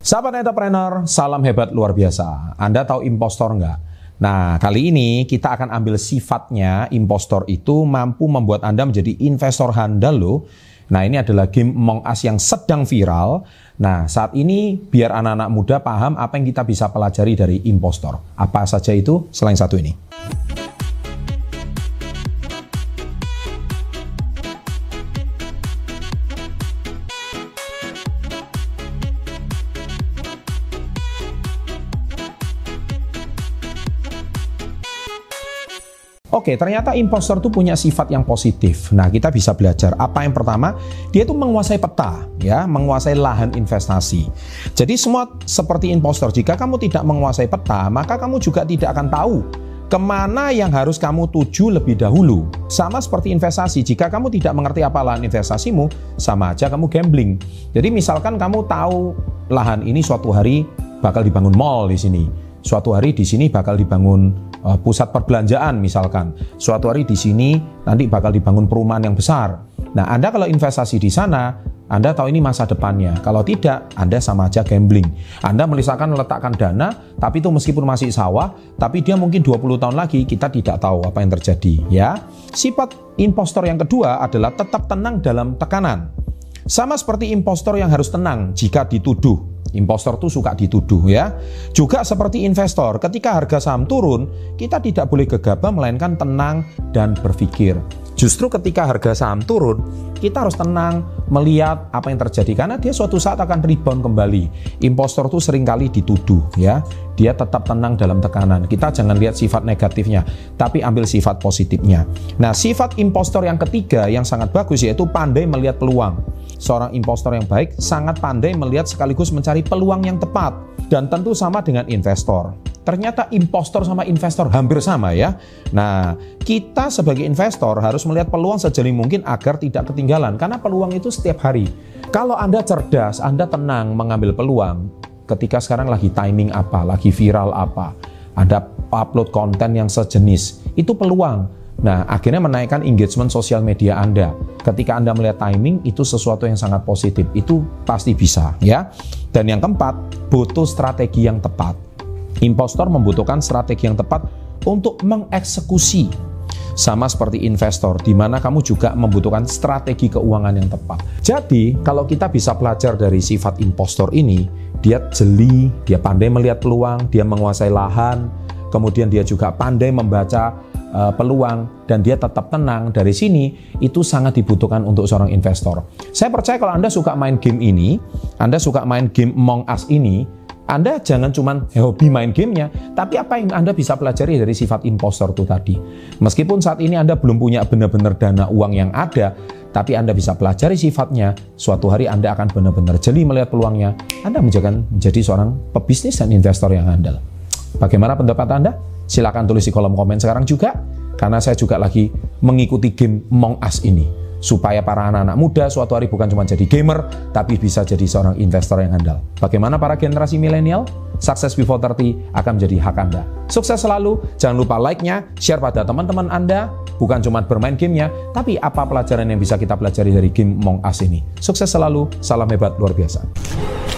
Sahabat entrepreneur, salam hebat luar biasa. Anda tahu impostor nggak? Nah, kali ini kita akan ambil sifatnya impostor itu mampu membuat Anda menjadi investor handal loh. Nah, ini adalah game Among Us yang sedang viral. Nah, saat ini biar anak-anak muda paham apa yang kita bisa pelajari dari impostor. Apa saja itu selain satu ini? Oke, ternyata impostor itu punya sifat yang positif. Nah, kita bisa belajar. Apa yang pertama? Dia itu menguasai peta, ya, menguasai lahan investasi. Jadi semua seperti impostor. Jika kamu tidak menguasai peta, maka kamu juga tidak akan tahu kemana yang harus kamu tuju lebih dahulu. Sama seperti investasi. Jika kamu tidak mengerti apa lahan investasimu, sama aja kamu gambling. Jadi misalkan kamu tahu lahan ini suatu hari bakal dibangun mall di sini. Suatu hari di sini bakal dibangun pusat perbelanjaan misalkan. Suatu hari di sini nanti bakal dibangun perumahan yang besar. Nah, Anda kalau investasi di sana, Anda tahu ini masa depannya. Kalau tidak, Anda sama aja gambling. Anda meletakkan dana, tapi itu meskipun masih sawah, tapi dia mungkin 20 tahun lagi, kita tidak tahu apa yang terjadi, ya. Sifat impostor yang kedua adalah tetap tenang dalam tekanan. Sama seperti impostor yang harus tenang jika dituduh. Impostor tuh suka dituduh, ya. Juga seperti investor, ketika harga saham turun, kita tidak boleh gegabah melainkan tenang dan berpikir. Justru ketika harga saham turun, kita harus tenang melihat apa yang terjadi karena dia suatu saat akan rebound kembali. Impostor tuh seringkali dituduh, ya. Dia tetap tenang dalam tekanan. Kita jangan lihat sifat negatifnya, tapi ambil sifat positifnya. Nah, sifat impostor yang ketiga yang sangat bagus yaitu pandai melihat peluang. Seorang impostor yang baik sangat pandai melihat sekaligus mencari peluang yang tepat. Dan tentu sama dengan investor. Ternyata impostor sama investor hampir sama, ya. Nah, kita sebagai investor harus melihat peluang sejauh mungkin agar tidak ketinggalan. Karena peluang itu setiap hari. Kalau Anda cerdas, Anda tenang mengambil peluang. Ketika sekarang lagi timing apa, lagi viral apa, Anda upload konten yang sejenis, itu peluang. Nah, akhirnya menaikkan engagement sosial media Anda. Ketika Anda melihat timing, itu sesuatu yang sangat positif. Itu pasti bisa, ya. Dan yang keempat, butuh strategi yang tepat. Impostor membutuhkan strategi yang tepat untuk mengeksekusi. Sama seperti investor, di mana kamu juga membutuhkan strategi keuangan yang tepat. Jadi, kalau kita bisa belajar dari sifat impostor ini, dia jeli, dia pandai melihat peluang, dia menguasai lahan, kemudian dia juga pandai membaca peluang, dan dia tetap tenang. Dari sini, itu sangat dibutuhkan untuk seorang investor. Saya percaya kalau Anda suka main game ini, Anda suka main game Among Us ini, Anda jangan cuma hobi main gamenya, tapi apa yang Anda bisa pelajari dari sifat impostor itu tadi. Meskipun saat ini Anda belum punya benar-benar dana uang yang ada, tapi Anda bisa pelajari sifatnya, suatu hari Anda akan benar-benar jeli melihat peluangnya, Anda menjadi seorang pebisnis dan investor yang handal. Bagaimana pendapat Anda? Silakan tulis di kolom komen sekarang juga, karena saya juga lagi mengikuti game Among Us ini. Supaya para anak-anak muda suatu hari bukan cuma jadi gamer, tapi bisa jadi seorang investor yang handal. Bagaimana para generasi milenial? Success before 30 akan menjadi hak Anda. Sukses selalu, jangan lupa like-nya, share pada teman-teman Anda, bukan cuma bermain gamenya, tapi apa pelajaran yang bisa kita pelajari dari game Among Us ini. Sukses selalu, salam hebat luar biasa.